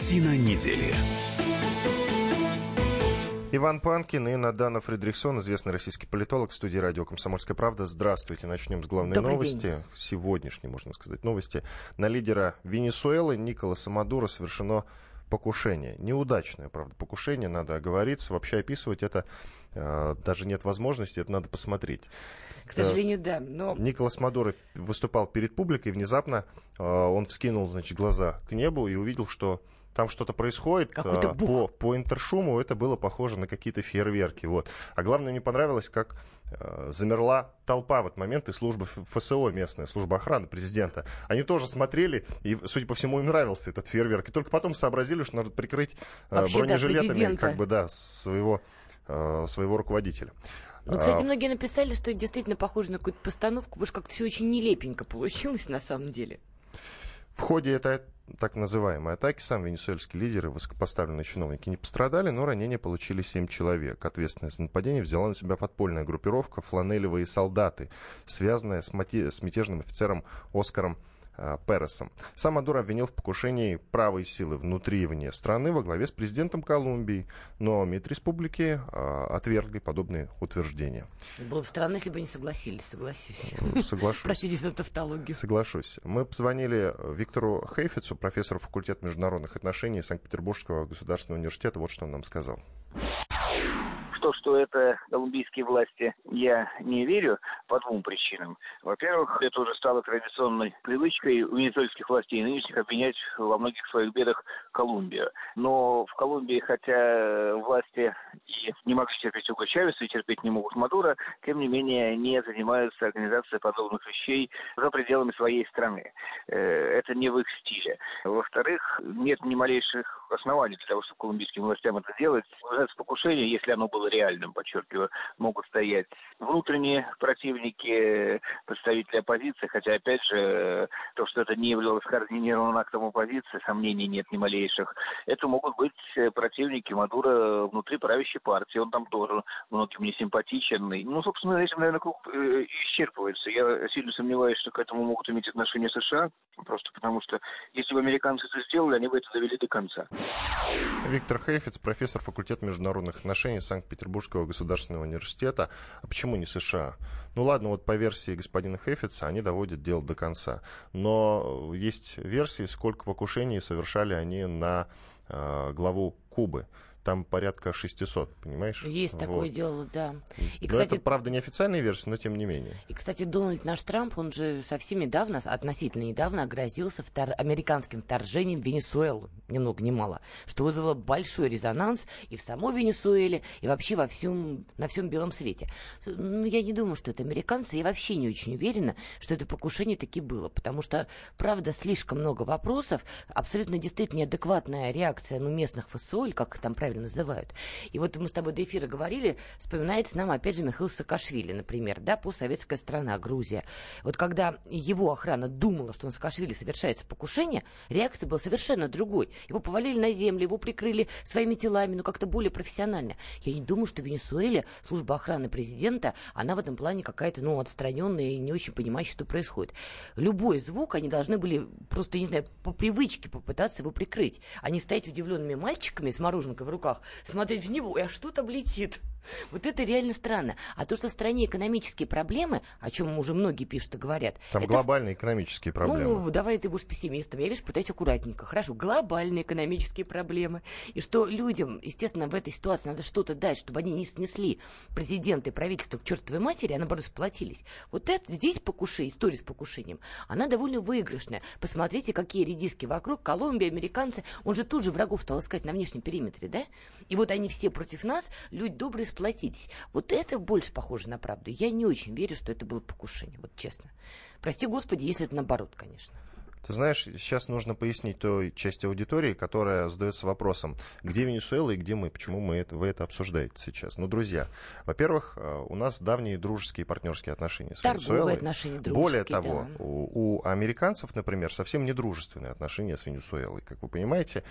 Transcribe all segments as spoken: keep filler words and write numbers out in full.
Картина недели. Иван Панкин и Надана Фридрихсон, известный российский политолог, в студии радио «Комсомольская правда». Здравствуйте. Начнем с главной Добрый новости. День. Сегодняшней, можно сказать, новости. На лидера Венесуэлы Николаса Мадуро совершено покушение. Неудачное, правда, покушение, надо оговориться. Вообще описывать это э, даже нет возможности, это надо посмотреть. К сожалению, да. Но... Николас Мадуро выступал перед публикой, внезапно э, он вскинул, значит, глаза к небу и увидел, что там что-то происходит. Какой-то бух. По, по интершуму это было похоже на какие-то фейерверки. Вот. А главное, мне понравилось, как э, замерла толпа в этот момент, и служба ФСО местная, служба охраны президента. Они тоже смотрели, и, судя по всему, им нравился этот фейерверк. И только потом сообразили, что надо прикрыть э, бронежилетами, да, как бы, да, своего, э, своего руководителя. Ну, кстати, многие написали, что это действительно похоже на какую-то постановку, потому что как-то все очень нелепенько получилось на самом деле. В ходе этой так называемой атаки сам венесуэльский лидер и высокопоставленные чиновники не пострадали, но ранения получили семь человек. Ответственность за нападение взяла на себя подпольная группировка «Фланелевые солдаты», связанная с, мати... с мятежным офицером Оскаром э, Пересом. Сам Мадуро обвинил в покушении правой силы внутри и вне страны во главе с президентом Колумбии, но МИД республики э, отвергли подобные утверждения. Было бы странно, если бы они согласились, согласись. Соглашусь. Простите за тавтологию. Соглашусь. Мы позвонили Виктору Хейфицу, профессору факультета международных отношений Санкт-Петербургского государственного университета. Вот что он нам сказал. То, что это колумбийские власти, я не верю по двум причинам. Во-первых, это уже стало традиционной привычкой у венесуэльских властей нынешних обвинять во многих своих бедах Колумбию. Но в Колумбии, хотя власти и не могли терпеть Уго Чавеса и терпеть не могут Мадуро, тем не менее не занимаются организацией подобных вещей за пределами своей страны. Это не в их стиле. Во-вторых, нет ни малейших оснований для того, чтобы колумбийским властям это делать. Называется покушение, если оно было реальным, подчеркиваю, могут стоять внутренние противники, представители оппозиции, хотя, опять же, то, что это не являлось координированным актом оппозиции, сомнений нет ни малейших. Это могут быть противники Мадуро внутри правящей партии, он там тоже многим не симпатичен. Ну, собственно, этим, наверное, круг исчерпывается. Я сильно сомневаюсь, что к этому могут иметь отношение США, просто потому что, если бы американцы это сделали, они бы это довели до конца. Виктор Хейфиц, профессор факультета международных отношений Санкт-Петербургского государственного университета. А почему не США? Ну ладно, вот по версии господина Хейфица они доводят дело до конца. Но есть версии, сколько покушений совершали они на э, главу Кубы. Там порядка шестьсот, понимаешь? Есть вот. Такое дело, да. И, но кстати, это, правда, не официальная версия, но тем не менее. И, кстати, Дональд наш Трамп, он же совсем недавно, относительно недавно, грозился втор... американским вторжением в Венесуэлу, ни много ни мало, что вызвало большой резонанс и в самой Венесуэле, и вообще во всем, на всем белом свете. Ну, я не думаю, что это американцы, я вообще не очень уверена, что это покушение таки было, потому что, правда, слишком много вопросов, абсолютно действительно неадекватная реакция, ну, местных ФСО, или как их там правильно называют. И вот мы с тобой до эфира говорили, вспоминается нам опять же Михаил Саакашвили, например, да, постсоветская страна, Грузия. Вот когда его охрана думала, что на Саакашвили совершается покушение, реакция была совершенно другой. Его повалили на землю, его прикрыли своими телами, но как-то более профессионально. Я не думаю, что в Венесуэле служба охраны президента, она в этом плане какая-то, ну, отстраненная и не очень понимающая, что происходит. Любой звук они должны были просто, не знаю, по привычке попытаться его прикрыть. Они стоять удивленными мальчиками с мороженкой в руках, смотреть в него, а что там летит? Вот это реально странно. А то, что в стране экономические проблемы, о чем уже многие пишут и говорят... Там это... глобальные экономические проблемы. Ну, давай ты будешь пессимистом. Я, видишь, пытаюсь аккуратненько. Хорошо, глобальные экономические проблемы. И что людям, естественно, в этой ситуации надо что-то дать, чтобы они не снесли президента и правительство к чертовой матери, а наоборот сплотились. Вот это здесь покушение, история с покушением, она довольно выигрышная. Посмотрите, какие редиски вокруг. Колумбия, американцы. Он же тут же врагов стал искать на внешнем периметре, да? И вот они все против нас, люди добрые, сплотитесь. Вот это больше похоже на правду. Я не очень верю, что это было покушение, вот честно. Прости, Господи, если это наоборот, конечно. Ты знаешь, сейчас нужно пояснить той части аудитории, которая задается вопросом, где Венесуэла и где мы, почему мы это, вы это обсуждаете сейчас. Ну, друзья, во-первых, у нас давние дружеские и партнерские отношения с Торговые Венесуэлой. отношения дружеские, более того, да. у, у американцев, например, совсем недружественные отношения с Венесуэлой, как вы понимаете.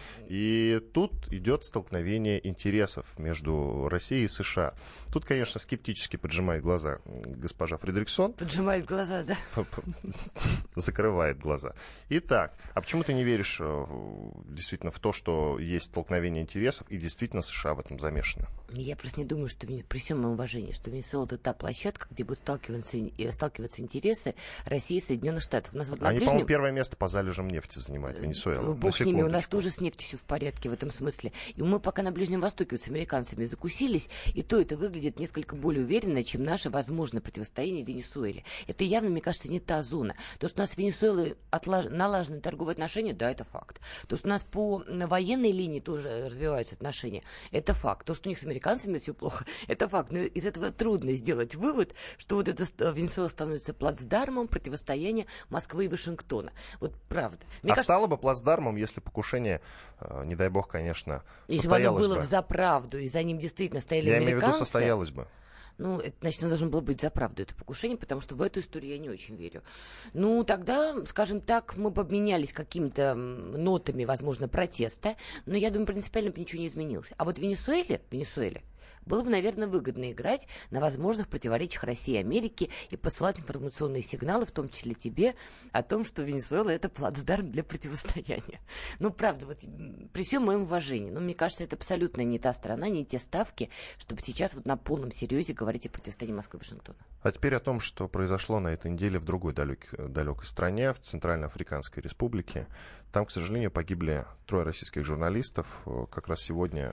И тут идет столкновение интересов между Россией и США. Тут, конечно, скептически поджимает глаза госпожа Фридрихсон. Поджимает глаза, да. Закрывает глаза. Итак, а почему ты не веришь действительно в то, что есть столкновение интересов, и действительно США в этом замешаны? Я просто не думаю, что при всем моем уважении, что Венесуэла — это та площадка, где будут сталкиваться, сталкиваться интересы России и Соединенных Штатов. У нас вот на Они, ближнем... по-моему, первое место по залежам нефти занимает Венесуэла. Бог с ними, у нас тоже с нефтью все в порядке в этом смысле. И мы пока на Ближнем Востоке вот с американцами закусились, и то это выглядит несколько более уверенно, чем наше возможное противостояние Венесуэле. Это явно, мне кажется, не та зона. То, что у нас с Венесуэлой отлаж... налажены торговые отношения, да, это факт. То, что у нас по военной линии тоже развиваются отношения, это факт. То, что у них с американцами все плохо, это факт. Но из этого трудно сделать вывод, что вот это Венесуэла становится плацдармом противостояния Москвы и Вашингтона. Вот правда. Мне а кажется... стало бы плацдармом, если покушение, э, не дай бог, конечно, если состоялось бы оно было бы. взаправду, и за ним действительно стояли Я американцы... имею в виду, состоялось бы. Ну, это, значит, оно должно было быть за правду, это покушение, потому что в эту историю я не очень верю. Ну, тогда, скажем так, мы бы обменялись какими-то нотами, возможно, протеста, но я думаю, принципиально бы ничего не изменилось. А вот в Венесуэле, в Венесуэле было бы, наверное, выгодно играть на возможных противоречиях России и Америки и посылать информационные сигналы, в том числе тебе, о том, что Венесуэла — это плацдарм для противостояния. Ну, правда, вот при всем моем уважении, но мне кажется, это абсолютно не та страна, не те ставки, чтобы сейчас вот на полном серьезе говорить о противостоянии Москвы и Вашингтона. А теперь о том, что произошло на этой неделе в другой далекой, далекой стране, в Центральноафриканской Республике. Там, к сожалению, погибли трое российских журналистов. Как раз сегодня...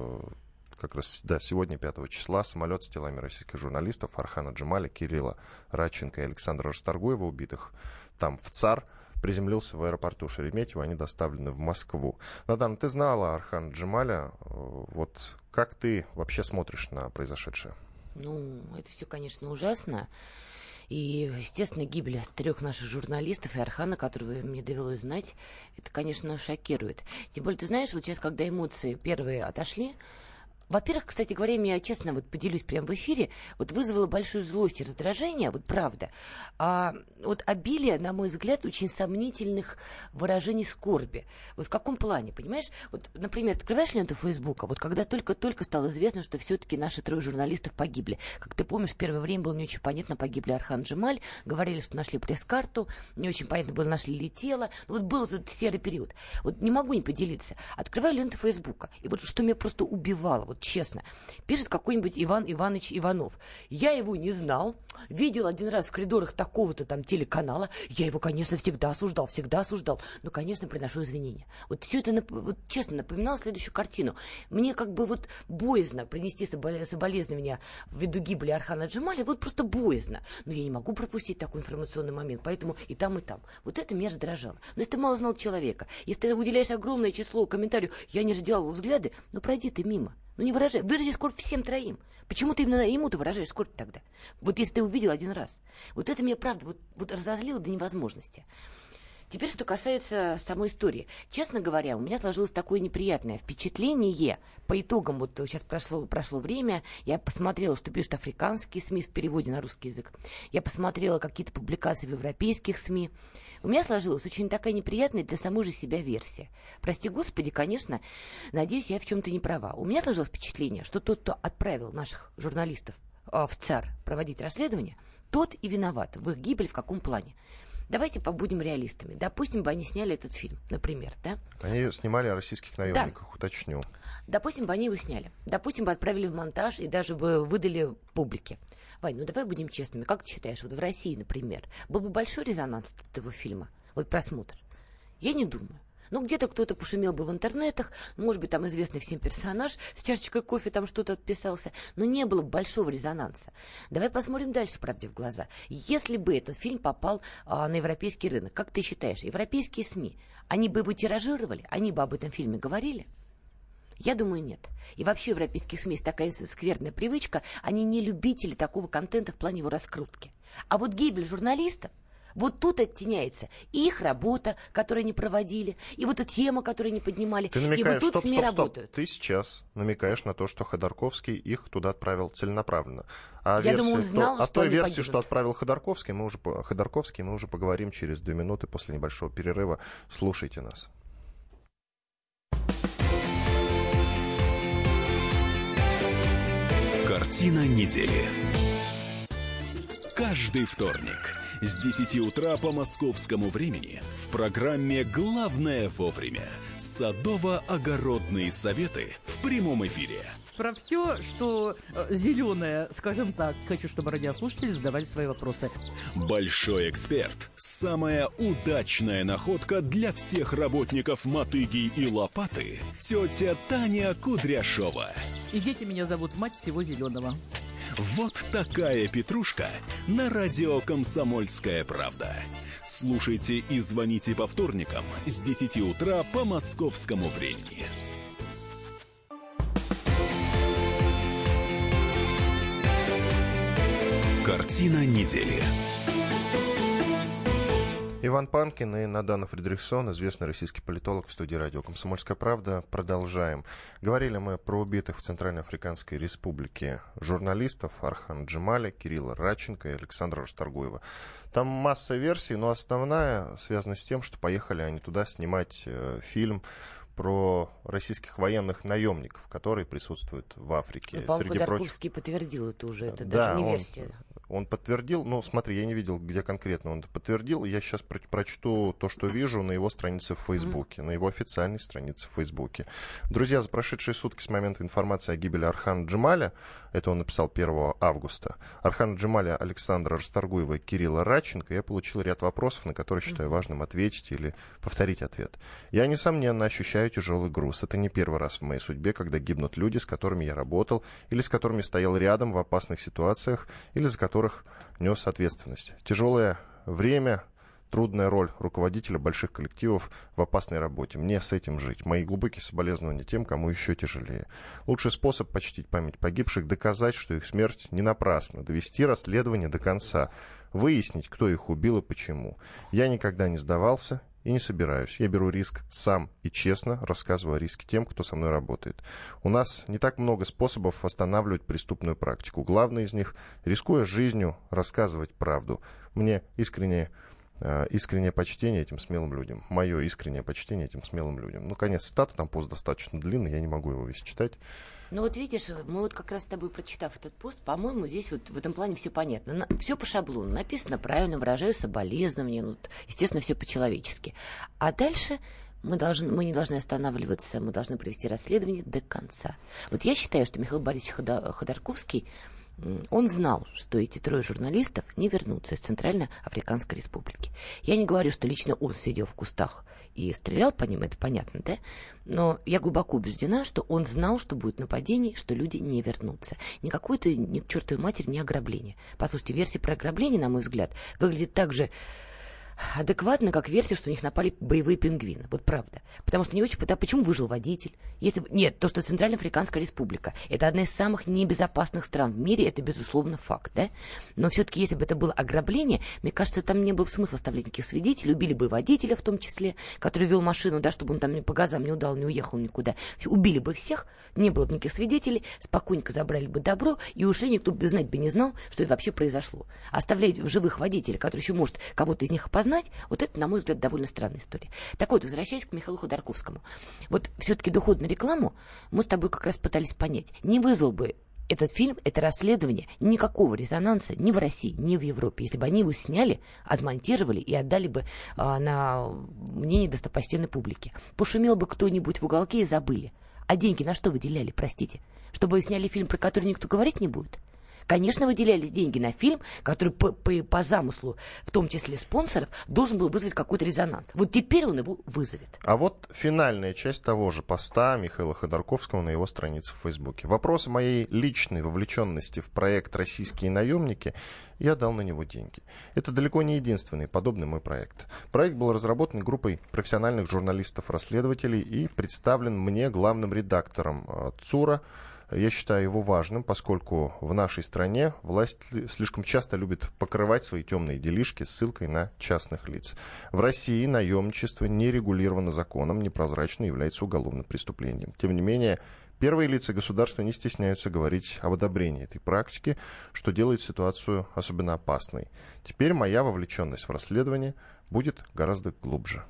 Как раз, да, сегодня, пятого числа, самолет с телами российских журналистов Фархана Джемаля, Кирилла Радченко и Александра Расторгуева, убитых там в ЦАР, приземлился в аэропорту Шереметьево, они доставлены в Москву. Надан, ты знала Архана Джемаля, вот как ты вообще смотришь на произошедшее? Ну, это все, конечно, ужасно. И, естественно, гибель трех наших журналистов и Архана, которого мне довелось знать, это, конечно, шокирует. Тем более, ты знаешь, вот сейчас, когда эмоции первые отошли, во-первых, кстати говоря, я честно вот поделюсь прямо в эфире, вот вызвало большую злость и раздражение, вот правда, а, вот обилие, на мой взгляд, очень сомнительных выражений скорби. Вот в каком плане, понимаешь? Вот, например, открываешь ленту Фейсбука, вот когда только-только стало известно, что все-таки наши трое журналистов погибли. Как ты помнишь, в первое время было не очень понятно, погибли Архан Джемаль, говорили, что нашли пресс-карту, не очень понятно было, нашли ли тело. Вот был этот серый период. Вот не могу не поделиться. Открываю ленту Фейсбука, и вот что меня просто убивало, вот честно, пишет какой-нибудь Иван Иванович Иванов. Я его не знал, видел один раз в коридорах такого-то там телеканала. Я его, конечно, всегда осуждал, всегда осуждал. Но, конечно, приношу извинения. Вот все это, вот, честно, напоминало следующую картину. Мне как бы вот боязно принести соболезнования ввиду гибели Архана Джемаля, вот просто боязно. Но я не могу пропустить такой информационный момент, поэтому и там, и там. Вот это меня раздражало. Но если ты мало знал человека, если ты уделяешь огромное число комментариев, я не разделял его взгляды, ну пройди ты мимо. Ну не выражай, вырази скорбь всем троим. Почему ты именно ему ты выражаешь скорбь тогда? Вот если ты увидел один раз. Вот это меня, правда, вот, вот разозлило до невозможности. Теперь, что касается самой истории. Честно говоря, у меня сложилось такое неприятное впечатление. По итогам, вот сейчас прошло, прошло время, я посмотрела, что пишут африканские СМИ в переводе на русский язык. Я посмотрела какие-то публикации в европейских СМИ. У меня сложилась очень такая неприятная для самой же себя версия. Прости господи, конечно, надеюсь, я в чем-то не права. У меня сложилось впечатление, что тот, кто отправил наших журналистов э, в ЦАР проводить расследование, тот и виноват в их гибели в каком плане. Давайте побудем реалистами. Допустим, бы они сняли этот фильм, например, да? Они снимали о российских наемниках, да. Уточню. Допустим, бы они его сняли. Допустим, бы отправили в монтаж и даже бы выдали публике. Вань, ну давай будем честными. Как ты считаешь, вот в России, например, был бы большой резонанс от этого фильма? Вот просмотр. Я не думаю. Ну, где-то кто-то пошумел бы в интернетах, может быть, там известный всем персонаж с чашечкой кофе там что-то отписался, но не было бы большого резонанса. Давай посмотрим дальше правде в глаза. Если бы этот фильм попал а, на европейский рынок, как ты считаешь, европейские СМИ, они бы его тиражировали, они бы об этом фильме говорили? Я думаю, нет. И вообще у европейских СМИ есть такая скверная привычка, они не любители такого контента в плане его раскрутки. А вот гибель журналистов, вот тут оттеняется и их работа, которую они проводили, и вот эта тема, которую они поднимали. Ты намекаешь, и вот тут стоп, СМИ стоп, стоп. работают. Ты сейчас намекаешь на то, что Ходорковский их туда отправил целенаправленно. А, Я версии, думаю, он знал, то, о что той они версии, погибнут. что отправил Ходорковский, мы уже, Ходорковский, мы уже поговорим через две минуты после небольшого перерыва. Слушайте нас. Картина недели. Каждый вторник С десяти утра по московскому времени в программе «Главное вовремя» садово-огородные советы в прямом эфире. Про все, что э, зеленое, скажем так. Хочу, чтобы радиослушатели задавали свои вопросы. Большой эксперт. Самая удачная находка для всех работников мотыги и лопаты. Тетя Таня Кудряшова. И дети меня зовут мать всего зеленого. Вот такая петрушка на радио «Комсомольская правда». Слушайте и звоните по вторникам с десяти утра по московскому времени. Картина недели. Иван Панкин и Надана Фридрихсон, известный российский политолог, в студии радио «Комсомольская правда». Продолжаем. Говорили мы про убитых в Центральноафриканской Республике журналистов Орхан Джемаля, Кирилла Радченко и Александра Расторгуева. Там масса версий, но основная связана с тем, что поехали они туда снимать э, фильм про российских военных наемников, которые присутствуют в Африке. Павел Среди Ходорковский прочих... подтвердил это уже, это да, даже не он... версия. Он подтвердил, ну, смотри, я не видел, где конкретно он это подтвердил. Я сейчас про- прочту то, что вижу на его странице в Фейсбуке, mm-hmm. на его официальной странице в Фейсбуке. Друзья, за прошедшие сутки с момента информации о гибели Орхана Джемаля, это он написал первого августа, Орхана Джемаля, Александра Расторгуева и Кирилла Радченко, я получил ряд вопросов, на которые считаю важным ответить или повторить ответ. Я, несомненно, ощущаю тяжелый груз. Это не первый раз в моей судьбе, когда гибнут люди, с которыми я работал, или с которыми стоял рядом в опасных ситуациях, или за которых нес ответственность. Тяжелое время, трудная роль руководителя больших коллективов в опасной работе. Мне с этим жить. Мои глубокие соболезнования тем, кому еще тяжелее. Лучший способ почтить память погибших — доказать, что их смерть не напрасна, довести расследование до конца, выяснить, кто их убил и почему. Я никогда не сдавался и не собираюсь. Я беру риск сам и честно рассказываю о риске тем, кто со мной работает. У нас не так много способов останавливать преступную практику. Главный из них — рискуя жизнью, рассказывать правду. Мне искренне, э, искреннее почтение этим смелым людям. Мое искреннее почтение этим смелым людям. Ну, конец цитаты, там пост достаточно длинный, я не могу его весь читать. Ну вот видишь, мы вот как раз с тобой, прочитав этот пост, по-моему, здесь вот в этом плане все понятно. На, все по шаблону, написано правильно, выражаю соболезнования, ну, естественно, все по-человечески. А дальше мы, должны, мы не должны останавливаться, мы должны провести расследование до конца. Вот я считаю, что Михаил Борисович Ходорковский, он знал, что эти трое журналистов не вернутся из Центральноафриканской Республики. Я не говорю, что лично он сидел в кустах и стрелял по ним, это понятно, да? Но я глубоко убеждена, что он знал, что будет нападение, что люди не вернутся. Ни какой-то, ни к чертовой матери, ни ограбление. Послушайте, версия про ограбление, на мой взгляд, выглядит так же адекватно, как версия, что на них напали боевые пингвины. Вот правда. Потому что не очень... Да, почему выжил водитель? Если... Нет, то, что Центральноафриканская Республика — это одна из самых небезопасных стран в мире, это, безусловно, факт, да? Но все-таки, если бы это было ограбление, мне кажется, там не было бы смысла оставлять никаких свидетелей, убили бы водителя в том числе, который вел машину, да, чтобы он там по газам не удал, не уехал никуда. Все, убили бы всех, не было бы никаких свидетелей, спокойненько забрали бы добро, и уже никто бы знать бы не знал, что это вообще произошло. Оставлять в живых водителя, который еще может кого-то из них опознать, знать, вот это, на мой взгляд, довольно странная история. Так вот, возвращаясь к Михаилу Ходорковскому. Вот все-таки доходную рекламу мы с тобой как раз пытались понять. Не вызвал бы этот фильм, это расследование никакого резонанса ни в России, ни в Европе, если бы они его сняли, отмонтировали и отдали бы а, на мнение достопочтенной публики. Пошумел бы кто-нибудь в уголке и забыли. А деньги на что выделяли, простите? Чтобы сняли фильм, про который никто говорить не будет? Конечно, выделялись деньги на фильм, который по, по, по замыслу, в том числе спонсоров, должен был вызвать какой-то резонанс. Вот теперь он его вызовет. А вот финальная часть того же поста Михаила Ходорковского на его странице в Фейсбуке. Вопрос моей личной вовлеченности в проект «Российские наемники», я дал на него деньги. Это далеко не единственный подобный мой проект. Проект был разработан группой профессиональных журналистов-расследователей и представлен мне главным редактором ЦУРа. Я считаю его важным, поскольку в нашей стране власть слишком часто любит покрывать свои темные делишки ссылкой на частных лиц. В России наемничество не регулировано законом, непрозрачно, является уголовным преступлением. Тем не менее, первые лица государства не стесняются говорить об одобрении этой практики, что делает ситуацию особенно опасной. Теперь моя вовлеченность в расследование будет гораздо глубже.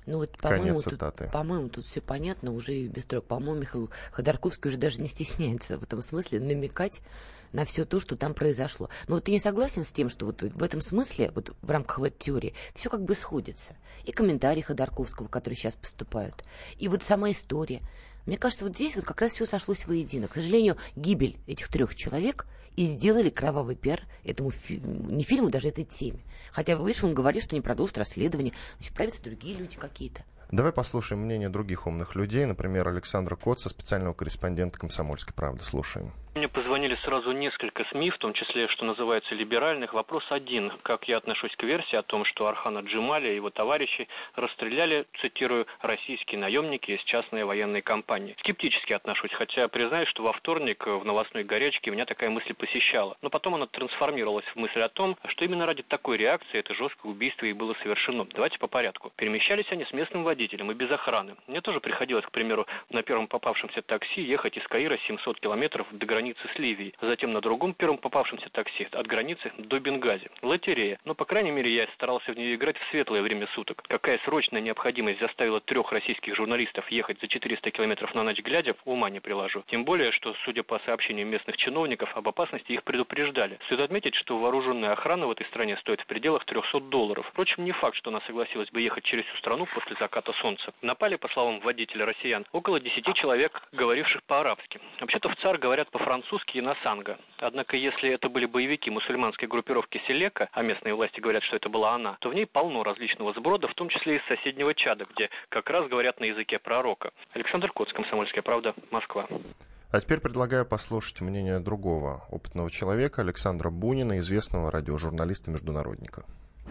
Ну вот, по-моему, Конец тут, цитаты. по-моему, тут все понятно уже и без строк. По-моему, Михаил Ходорковский уже даже не стесняется в этом смысле намекать на все то, что там произошло. Но вот ты не согласен с тем, что вот в этом смысле, вот в рамках этой теории, все как бы сходится. И комментарии Ходорковского, которые сейчас поступают, и вот сама история. Мне кажется, вот здесь вот как раз все сошлось воедино. К сожалению, гибель этих трех человек и сделали кровавый пиар этому фи- не фильму, даже этой теме. Хотя, видишь, он говорит, что не продолжит расследование, значит, правятся другие люди какие-то. Давай послушаем мнение других умных людей, например, Александра Коца, специального корреспондента «Комсомольской правды». Слушаем. Мне позвонили сразу несколько СМИ, в том числе, что называется, либеральных. Вопрос один. Как я отношусь к версии о том, что Орхана Джемаля и его товарищи расстреляли, цитирую, российские наемники из частной военной компании? Скептически отношусь, хотя признаюсь, что во вторник в новостной горячке меня такая мысль посещала. Но потом она трансформировалась в мысль о том, что именно ради такой реакции это жесткое убийство и было совершено. Давайте по порядку. Перемещались они с местным водителем и без охраны. Мне тоже приходилось, к примеру, на первом попавшемся такси ехать из Каира семьсот километров до границы с Ливией. Затем на другом первом попавшемся такси от границы до Бенгази. Лотерея. Но, по крайней мере, я старался в нее играть в светлое время суток. Какая срочная необходимость заставила трех российских журналистов ехать за четыреста километров на ночь глядя, ума не приложу. Тем более, что, судя по сообщениям местных чиновников, об опасности их предупреждали. Стоит отметить, что вооруженная охрана в этой стране стоит в пределах триста долларов. Впрочем, не факт, что она согласилась бы ехать через всю страну после заката солнца. Напали, по словам водителя россиян, около десяти человек, говоривших по-арабски. Вообще-то в ЦАР говорят по-французски и на санго. Однако, если это были боевики мусульманской группировки Селека, а местные власти говорят, что это была она, то в ней полно различного сброда, в том числе из соседнего Чада, где как раз говорят на языке пророка. Александр Коц, «Комсомольская правда», Москва. А теперь предлагаю послушать мнение другого опытного человека, Александра Бунина, известного радиожурналиста-международника.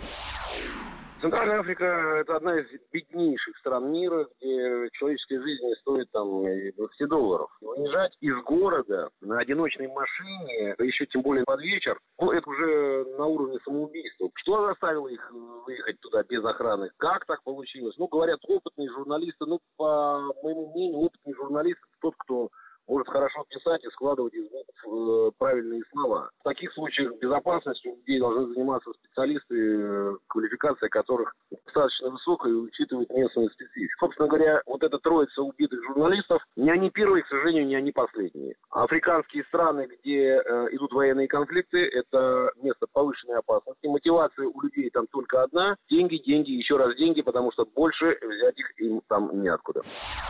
Центральная Африка – это одна из беднейших стран мира, где человеческая жизнь не стоит там двадцать долларов. Уезжать из города на одиночной машине, да еще тем более под вечер, ну, это уже на уровне самоубийства. Что заставило их выехать туда без охраны? Как так получилось? Ну, говорят, опытные журналисты, ну, по моему мнению, опытный журналист – тот, кто может хорошо писать и складывать из букв э, правильные слова. В таких случаях безопасностью людей должны заниматься специалисты, э, квалификация которых достаточно высокая и учитывает местную специфику. Собственно говоря, вот эта троица убитых журналистов, не они первые, к сожалению, не они последние. Африканские страны, где э, идут военные конфликты, это место повышенной опасности. Мотивация у людей там только одна. Деньги, деньги, еще раз деньги, потому что больше взять их им там неоткуда.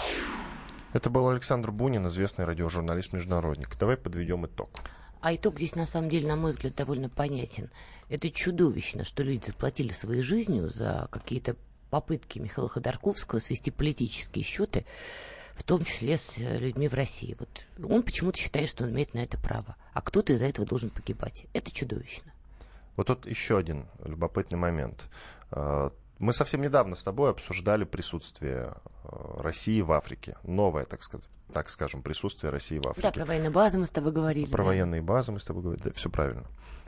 Это был Александр Бунин, известный радиожурналист-международник. Давай подведем итог. А итог здесь, на самом деле, на мой взгляд, довольно понятен. Это чудовищно, что люди заплатили своей жизнью за какие-то попытки Михаила Ходорковского свести политические счеты, в том числе с людьми в России. Вот он почему-то считает, что он имеет на это право, а кто-то из-за этого должен погибать. Это чудовищно. Вот тут еще один любопытный момент. Мы совсем недавно с тобой обсуждали присутствие России в Африке. Новое, так сказать, так скажем, присутствие России в Африке. Да, про военные базы мы с тобой говорили. Про да. военные базы мы с тобой говорили, да, все правильно.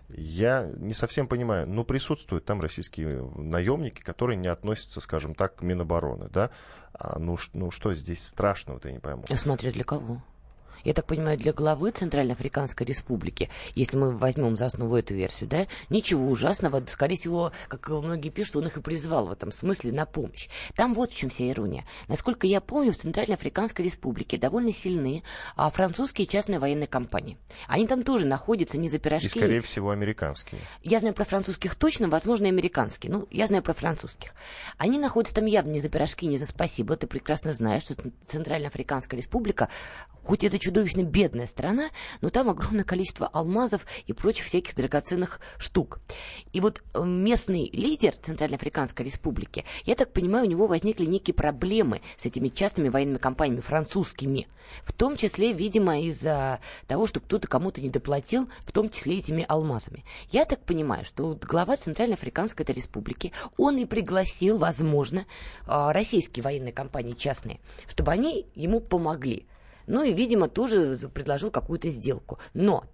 Я не совсем понимаю, ну, присутствуют там российские наемники, которые не относятся, скажем так, к Минобороны, да? А, ну, ну, что здесь страшного-то, я не пойму. Смотря для кого. Я так понимаю, для главы Центральноафриканской Республики, если мы возьмем за основу эту версию, да, ничего ужасного, скорее всего, как многие пишут, он их и призвал в этом смысле на помощь. Там вот в чем вся ирония. Насколько я помню, в Центральноафриканской Республике довольно сильны а, французские частные военные компании. Они там тоже находятся не за пирожки. И, скорее всего, американские. Я знаю про французских точно, возможно, и американские. Ну, я знаю про французских. Они находятся там явно не за пирожки, не за спасибо. Ты прекрасно знаешь, что Центральноафриканская Республика, хоть это чудовищно бедная страна, но там огромное количество алмазов и прочих всяких драгоценных штук. И вот местный лидер Центральноафриканской Республики, я так понимаю, у него возникли некие проблемы с этими частными военными компаниями французскими. В том числе, видимо, из-за того, что кто-то кому-то недоплатил, в том числе этими алмазами. Я так понимаю, что глава Центральноафриканской этой республики, он и пригласил, возможно, российские военные компании частные, чтобы они ему помогли. Ну и, видимо, тоже предложил какую-то сделку. Но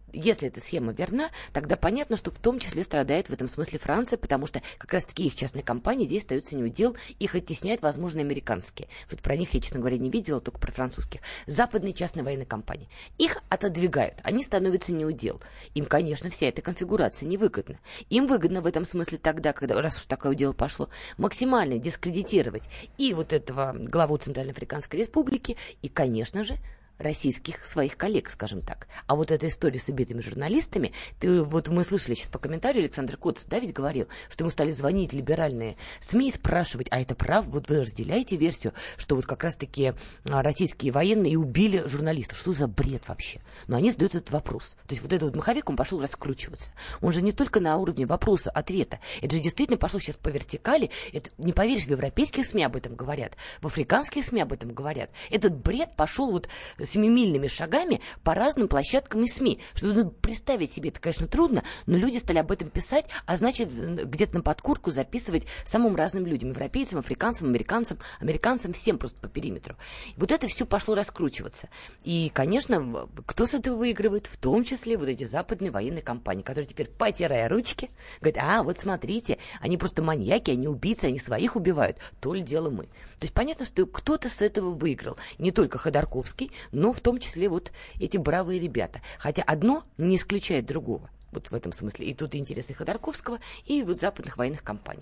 если эта схема верна, тогда понятно, что в том числе страдает в этом смысле Франция, потому что как раз-таки их частные компании здесь остаются неудел, их оттесняют, возможно, американские. Вот про них я, честно говоря, не видела, только про французских. Западные частные военные компании. Их отодвигают, они становятся неудел. Им, конечно, вся эта конфигурация невыгодна. Им выгодно в этом смысле тогда, когда, раз уж такое дело пошло, максимально дискредитировать и вот этого главу Центральноафриканской Республики, и, конечно же, российских своих коллег, скажем так. А вот эта история с убитыми журналистами, ты, вот мы слышали сейчас по комментарию, Александр Коц, да, ведь говорил, что ему стали звонить либеральные СМИ и спрашивать, а это правда, вот вы разделяете версию, что вот как раз-таки российские военные убили журналистов. Что за бред вообще? Но они задают этот вопрос. То есть вот этот вот маховик, он пошел раскручиваться. Он же не только на уровне вопроса-ответа. Это же действительно пошло сейчас по вертикали. Это, не поверишь, в европейских СМИ об этом говорят, в африканских СМИ об этом говорят. Этот бред пошел вот семимильными шагами по разным площадкам и СМИ. Что ну, представить себе это, конечно, трудно, но люди стали об этом писать, а значит, где-то на подкорку записывать самым разным людям. Европейцам, африканцам, американцам, американцам, всем просто по периметру. И вот это все пошло раскручиваться. И, конечно, кто с этого выигрывает? В том числе вот эти западные военные компании, которые теперь, потирая ручки, говорят, а, вот смотрите, они просто маньяки, они убийцы, они своих убивают. То ли дело мы. То есть понятно, что кто-то с этого выиграл. Не только Ходорковский, но в том числе вот эти бравые ребята. Хотя одно не исключает другого. Вот в этом смысле. И тут интересы Ходорковского, и вот западных военных компаний.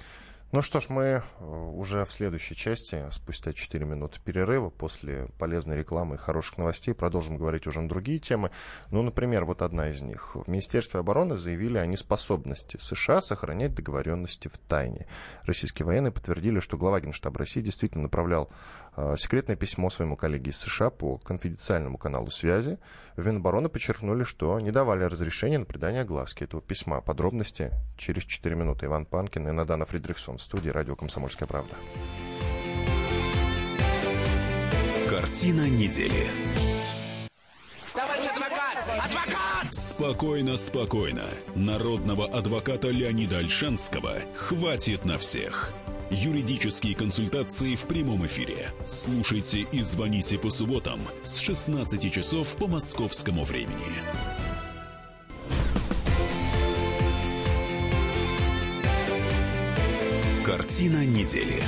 Ну что ж, мы уже в следующей части, спустя четыре минуты перерыва, после полезной рекламы и хороших новостей, продолжим говорить уже на другие темы. Ну, например, вот одна из них. В Министерстве обороны заявили о неспособности США сохранять договоренности в тайне. Российские военные подтвердили, что глава Генштаба России действительно направлял э, секретное письмо своему коллеге из США по конфиденциальному каналу связи. В Минобороны подчеркнули, что не давали разрешения на придание огласки этого письма. Подробности через четыре минуты. Иван Панкин и Надана Фридрихсон в студии радио «Комсомольская правда». Картина недели. Товарищ адвокат! Адвокат! Спокойно, спокойно. Народного адвоката Леонида Ольшанского хватит на всех. Юридические консультации в прямом эфире. Слушайте и звоните по субботам с шестнадцати часов по московскому времени. Картина недели.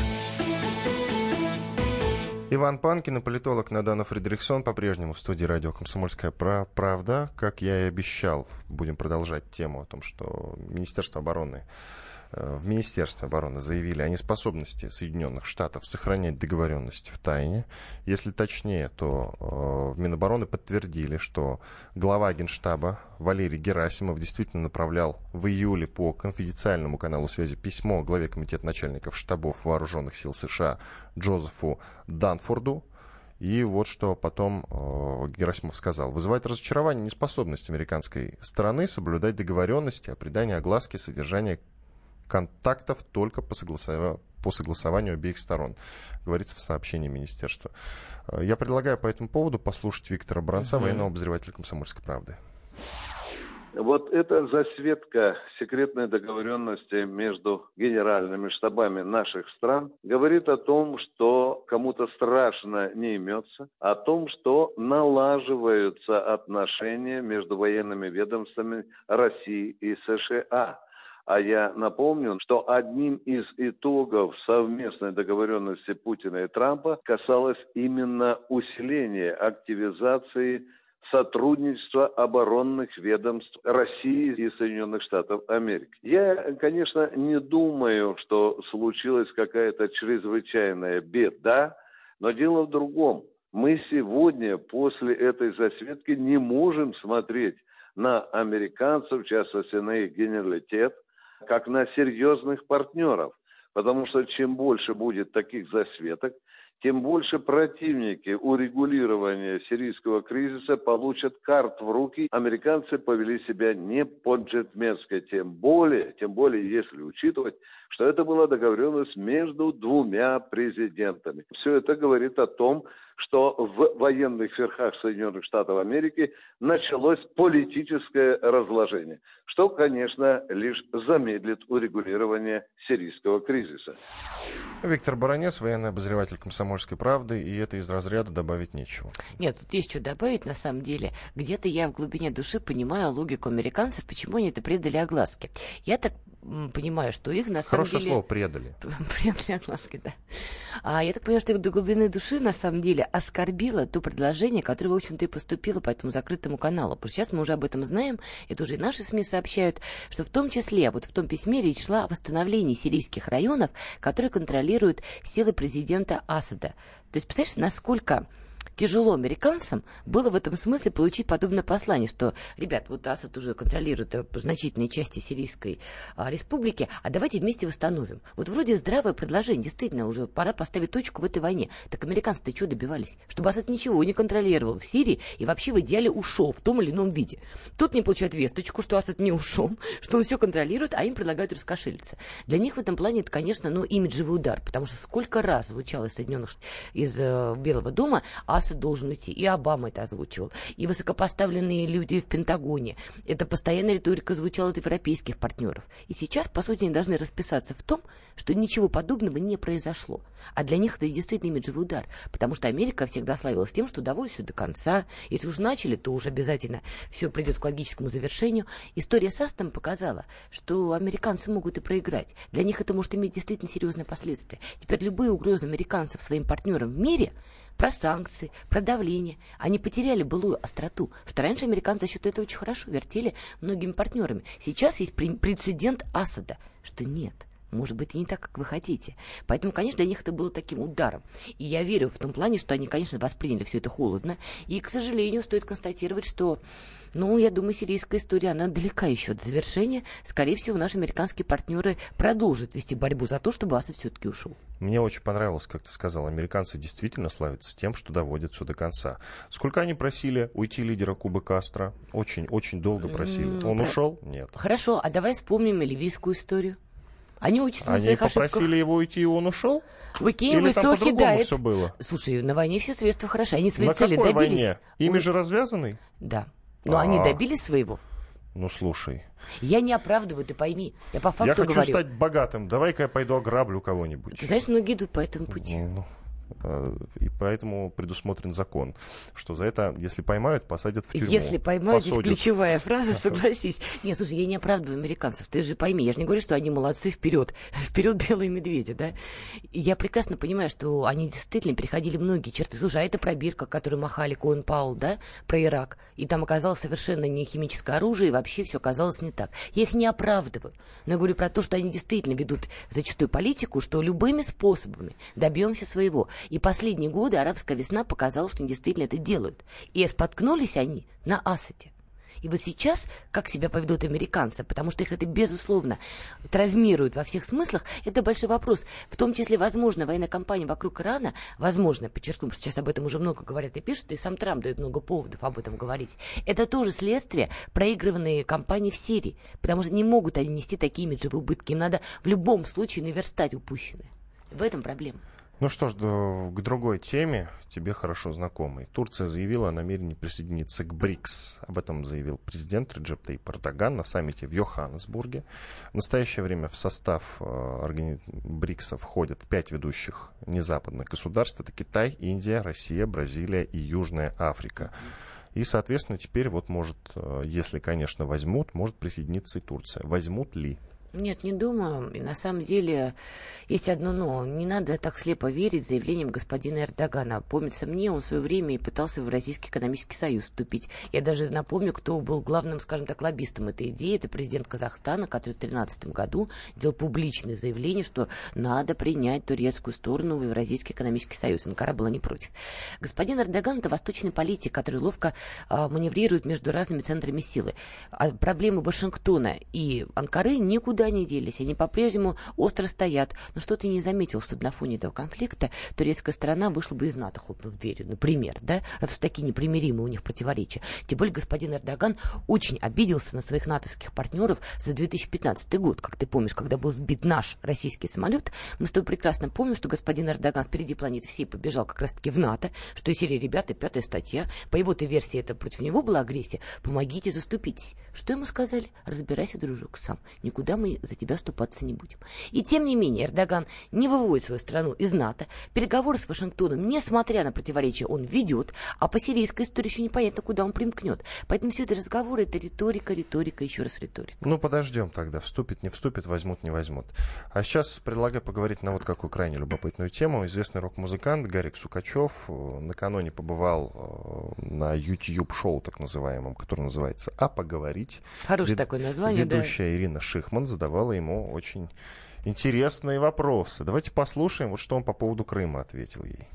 Иван Панкин и политолог Надана Фридрихсон по-прежнему в студии радио «Комсомольская правда». Как я и обещал, будем продолжать тему о том, что Министерство обороны В Министерстве обороны заявили о неспособности Соединенных Штатов сохранять договоренности в тайне. Если точнее, то э, в Минобороны подтвердили, что глава Генштаба Валерий Герасимов действительно направлял в июле по конфиденциальному каналу связи письмо главе комитета начальников штабов вооруженных сил США Джозефу Данфорду. И вот что потом э, Герасимов сказал. Вызывает разочарование неспособность американской стороны соблюдать договоренности о придании огласке содержания контактов только по, согласов... по согласованию обеих сторон, говорится в сообщении министерства. Я предлагаю по этому поводу послушать Виктора Баранца, uh-huh. военного обозревателя «Комсомольской правды». Вот эта засветка секретной договоренности между генеральными штабами наших стран говорит о том, что кому-то страшно не имется, о том, что налаживаются отношения между военными ведомствами России и США. А я напомню, что одним из итогов совместной договоренности Путина и Трампа касалось именно усиления активизации сотрудничества оборонных ведомств России и Соединенных Штатов Америки. Я, конечно, не думаю, что случилась какая-то чрезвычайная беда, но дело в другом. Мы сегодня после этой засветки не можем смотреть на американцев, в частности на их генералитет, как на серьезных партнеров. Потому что чем больше будет таких засветок, тем больше противники урегулирования сирийского кризиса получат карт в руки. Американцы повели себя не по-джентльменски, тем более, тем более, если учитывать, что это была договоренность между двумя президентами. Все это говорит о том, что в военных верхах Соединенных Штатов Америки началось политическое разложение, что, конечно, лишь замедлит урегулирование сирийского кризиса. Виктор Баранец, военный обозреватель «Комсомольской «Комсомольской правды», и это из разряда добавить нечего. Нет, тут есть что добавить, на самом деле. Где-то я в глубине души понимаю логику американцев, почему они это предали огласке. Я так понимаю, что их на самом Хорошее деле... слово «предали». Предали огласке, да. А я так понимаю, что их до глубины души на самом деле оскорбило то предложение, которое, в общем-то, и поступило по этому закрытому каналу. Потому что сейчас мы уже об этом знаем, это уже и наши СМИ сообщают, что в том числе, вот в том письме речь шла о восстановлении сирийских районов, которые контролируют силы президента Асада. То есть, представляешь, насколько... тяжело американцам было в этом смысле получить подобное послание, что, ребят, вот Асад уже контролирует значительные части Сирийской а, республики, а давайте вместе восстановим. Вот вроде здравое предложение, действительно, уже пора поставить точку в этой войне. Так американцы-то что добивались? Чтобы Асад ничего не контролировал в Сирии и вообще в идеале ушел в том или ином виде. Тут не получают весточку, что Асад не ушел, что он все контролирует, а им предлагают раскошелиться. Для них в этом плане это, конечно, ну, имиджевый удар, потому что сколько раз звучало из Соединенных из э, Белого дома, Асад должен уйти. И Обама это озвучивал. И высокопоставленные люди в Пентагоне. Это постоянная риторика звучала от европейских партнеров. И сейчас, по сути, они должны расписаться в том, что ничего подобного не произошло. А для них это действительно имиджевый удар. Потому что Америка всегда славилась тем, что доводит все до конца. Если уж начали, то уж обязательно все придет к логическому завершению. История с Асадом показала, что американцы могут и проиграть. Для них это может иметь действительно серьезные последствия. Теперь любые угрозы американцев своим партнерам в мире про санкции, про давление. Они потеряли былую остроту, что раньше американцы за счет этого очень хорошо вертели многими партнерами. Сейчас есть прецедент Асада, что нет. Может быть, и не так, как вы хотите. Поэтому, конечно, для них это было таким ударом. И я верю в том плане, что они, конечно, восприняли все это холодно. И, к сожалению, стоит констатировать, что, ну, я думаю, сирийская история, она далека еще от завершения. Скорее всего, наши американские партнеры продолжат вести борьбу за то, чтобы Асад все-таки ушел. Мне очень понравилось, как ты сказал, американцы действительно славятся тем, что доводят все до конца. Сколько они просили уйти лидера Кубы Кастро? Очень-очень долго просили. Он про... ушел? Нет. Хорошо, а давай вспомним ливийскую историю. Они учатся Они на своих ошибках. попросили его уйти, и он ушел? Выкинь, или там по-другому все было? Слушай, на войне все средства хороши. Они свои на цели какой добились. Войне? Ими Он... же развязаны? Да. Но А-а-а. они добились своего. Ну, слушай. Я не оправдываю, ты пойми. Я по факту Я хочу говорю. стать богатым. Давай-ка я пойду ограблю кого-нибудь. Ты знаешь, многие идут по этому пути. Ну, и поэтому предусмотрен закон, что за это, если поймают, посадят в тюрьму. Если поймают, посадят. здесь ключевая фраза, согласись. Не, слушай, я не оправдываю американцев, ты же пойми, я же не говорю, что они молодцы, вперед, вперед белые медведи, да. Я прекрасно понимаю, что они действительно переходили многие черты. Слушай, а это пробирка, которой махали Коэн Пауэлл, да, про Ирак, и там оказалось совершенно не химическое оружие, и вообще все оказалось не так. Я их не оправдываю, но я говорю про то, что они действительно ведут зачастую политику, что любыми способами добьемся своего. И последние годы арабская весна показала, что они действительно это делают. И споткнулись они на Асаде. И вот сейчас, как себя поведут американцы, потому что их это, безусловно, травмирует во всех смыслах, это большой вопрос. В том числе, возможно, военная кампания вокруг Ирана, возможно, подчеркнем, что сейчас об этом уже много говорят и пишут, и сам Трамп дает много поводов об этом говорить. Это тоже следствие проигрыванной кампании в Сирии, потому что не могут они нести такие имиджевые убытки. Им надо в любом случае наверстать упущенное. В этом проблема. Ну что ж, к другой теме, тебе хорошо знакомой. Турция заявила о намерении присоединиться к БРИКС. Об этом заявил президент Реджеп Тайип Эрдоган на саммите в Йоханнесбурге. В настоящее время в состав БРИКСа входят пять ведущих незападных государств. Это Китай, Индия, Россия, Бразилия и Южная Африка. И, соответственно, теперь вот может, если, конечно, возьмут, может присоединиться и Турция. Возьмут ли? Нет, не думаю. И на самом деле есть одно но. Не надо так слепо верить заявлениям господина Эрдогана. Помнится мне, он в свое время и пытался в Российский экономический союз вступить. Я даже напомню, кто был главным, скажем так, лоббистом этой идеи. Это президент Казахстана, который в две тысячи тринадцатом году делал публичное заявление, что надо принять турецкую сторону в Евразийский экономический союз. Анкара была не против. Господин Эрдоган — это восточный политик, который ловко а, маневрирует между разными центрами силы. А проблемы Вашингтона и Анкары никуда не делись, они по-прежнему остро стоят. Но что ты не заметил, что на фоне этого конфликта турецкая сторона вышла бы из НАТО, хлопнув дверью, например, да? Раз уж такие непримиримые у них противоречия. Тем более господин Эрдоган очень обиделся на своих натовских партнеров за две тысячи пятнадцатый год. Как ты помнишь, когда был сбит наш российский самолет, мы с тобой прекрасно помним, что господин Эрдоган впереди планеты всей побежал как раз-таки в НАТО, что из серии «Ребята, пятая статья». По его-то версии это против него была агрессия. Помогите, заступитесь. Что ему сказали? Разбирайся, дружок, сам. Никуда мы за тебя ступаться не будем. И тем не менее, Эрдоган Эрдоган не выводит свою страну из НАТО. Переговоры с Вашингтоном, несмотря на противоречия, он ведет. А по сирийской истории еще непонятно, куда он примкнет. Поэтому все это разговоры, это риторика, риторика, еще раз риторика. Ну, подождем тогда. Вступит, не вступит, возьмут, не возьмут. А сейчас предлагаю поговорить на вот какую крайне любопытную тему. Известный рок-музыкант Гарик Сукачев накануне побывал на YouTube-шоу, так называемом, которое называется «А поговорить». Хорошее Вед... такое название, Ведущая да. Ирина Шихман задавала ему очень интересные вопросы. Давайте послушаем, вот что он по поводу Крыма ответил ей.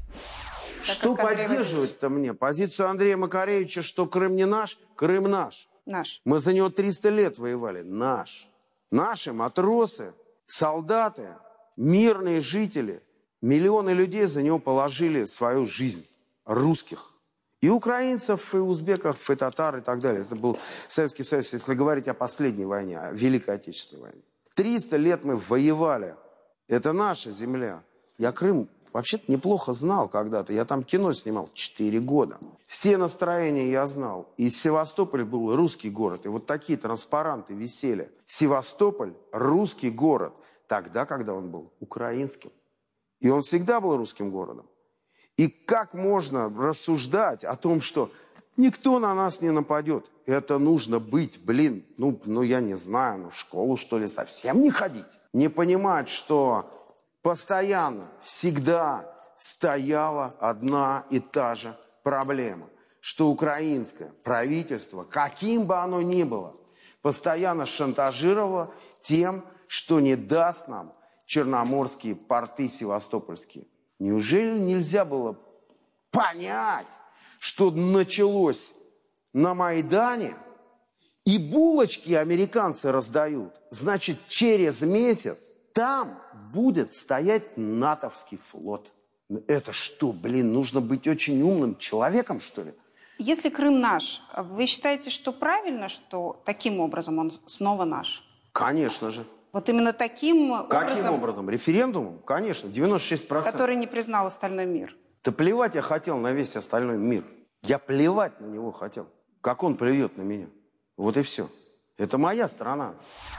Что поддерживать-то мне? Позицию Андрея Макаревича, что Крым не наш, Крым наш. Наш. Мы за него триста лет воевали. Наш. Наши матросы, солдаты, мирные жители, миллионы людей за него положили свою жизнь. Русских. И украинцев, и узбеков, и татар, и так далее. Это был Советский Союз, если говорить о последней войне, о Великой Отечественной войне. Триста лет мы воевали. Это наша земля. Я Крым вообще-то неплохо знал когда-то. Я там кино снимал четыре года. Все настроения я знал. И Севастополь был русский город. И вот такие транспаранты висели. Севастополь – русский город. Тогда, когда он был украинским. И он всегда был русским городом. И как можно рассуждать о том, что никто на нас не нападет? Это нужно быть, блин, ну, ну я не знаю, ну в школу, что ли, совсем не ходить? Не понимать, что постоянно, всегда стояла одна и та же проблема. Что украинское правительство, каким бы оно ни было, постоянно шантажировало тем, что не даст нам черноморские порты севастопольские. Неужели нельзя было понять, что началось на Майдане, и булочки американцы раздают? Значит, через месяц там будет стоять натовский флот. Это что, блин, нужно быть очень умным человеком, что ли? Если Крым наш, вы считаете, что правильно, что таким образом он снова наш? Конечно же. Вот именно таким образом... Каким образом? Референдумом? Конечно, девяносто шесть процентов. Который не признал остальной мир. Да плевать я хотел на весь остальной мир. Я плевать на него хотел. Как он плюет на меня. Вот и все. Это моя страна.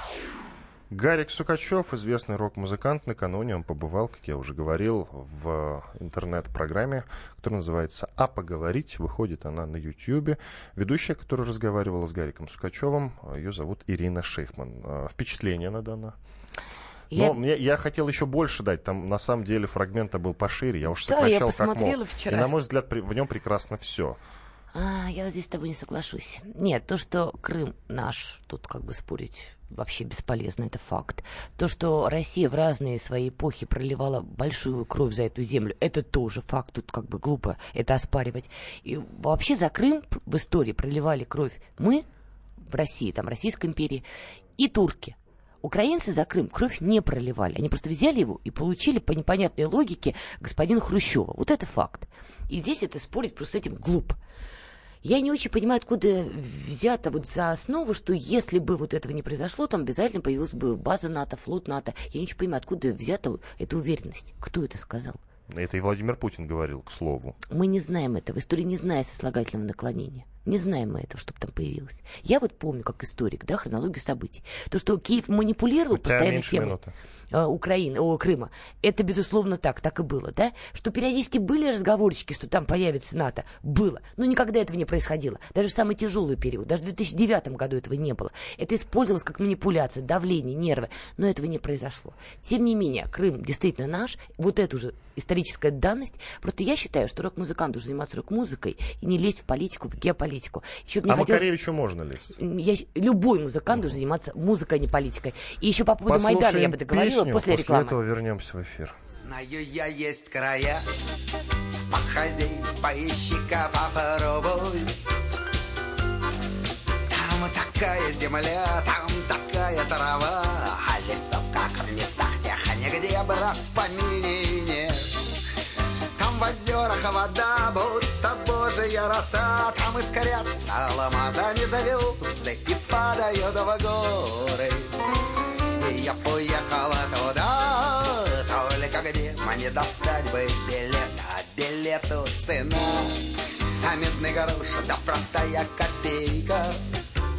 Гарик Сукачев, известный рок-музыкант, накануне он побывал, как я уже говорил, в интернет-программе, которая называется «А поговорить». Выходит она на Ютьюбе. Ведущая, которая разговаривала с Гариком Сукачевым, ее зовут Ирина Шихман. Впечатление она дана. Я... Но мне, я хотел еще больше дать. Там, на самом деле, фрагмента был пошире. Я уж сокращал, да, как мог. Вчера. И, на мой взгляд, при, в нем прекрасно все. А, я вот здесь с тобой не соглашусь. Нет, то, что Крым наш, тут как бы спорить вообще бесполезно, это факт. То, что Россия в разные свои эпохи проливала большую кровь за эту землю, это тоже факт. Тут как бы глупо это оспаривать. И вообще за Крым в истории проливали кровь мы в России, там, Российской империи, и турки. Украинцы за Крым кровь не проливали. Они просто взяли его и получили по непонятной логике господина Хрущева. Вот это факт. И здесь это спорить просто с этим глупо. Я не очень понимаю, откуда взято вот за основу, что если бы вот этого не произошло, там обязательно появилась бы база НАТО, флот НАТО. Я не очень понимаю, откуда взята эта уверенность. Кто это сказал? Это и Владимир Путин говорил, к слову. Мы не знаем этого. История не знает сослагательного наклонения. Не знаем мы этого, чтобы там появилось. Я вот помню, как историк, да, хронологию событий. То, что Киев манипулировал постоянно темой э, Украины, о, Крыма, это, безусловно, так, так и было, да. Что периодически были разговорчики, что там появится НАТО, было. Но никогда этого не происходило. Даже в самый тяжелый период, даже в две тысячи девятом году этого не было. Это использовалось как манипуляция, давление, нервы, но этого не произошло. Тем не менее, Крым действительно наш, вот это уже историческая данность. Просто я считаю, что рок-музыкант должен заниматься рок-музыкой и не лезть в политику, в геополитику. Еще а хотелось... Макаревичу можно лезть? Я... Любой музыкант должен заниматься музыкой, а не политикой. И еще по поводу Послушаем Майдана я бы договорила песню, после, после рекламы. После этого вернемся в эфир. Знаю я, есть края, походи, поищи-ка, попробуй. Там такая земля, там такая трава, а лесов, как в местах тех, нигде, брат, в помине нет. Там в озерах вода, будто божья роса, там искрятся алмазами звезды и падают в горы. И я поехала туда, только где мне достать бы билет, а билету цена, а медный грош, да простая копейка.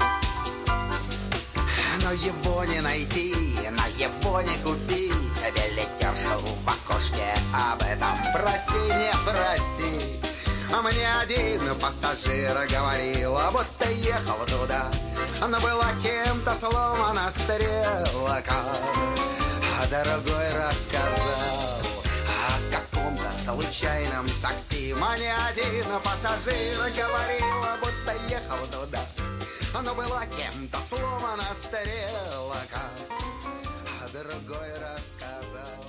Но его не найти, на его не купить, об этом проси, не проси. А мне один пассажир говорил, будто ехал туда, но была кем-то сломана стрелка. А другой рассказал о каком-то случайном такси. Мне один пассажир говорил, будто ехал туда, но была кем-то сломана стрелка. А другой рассказал.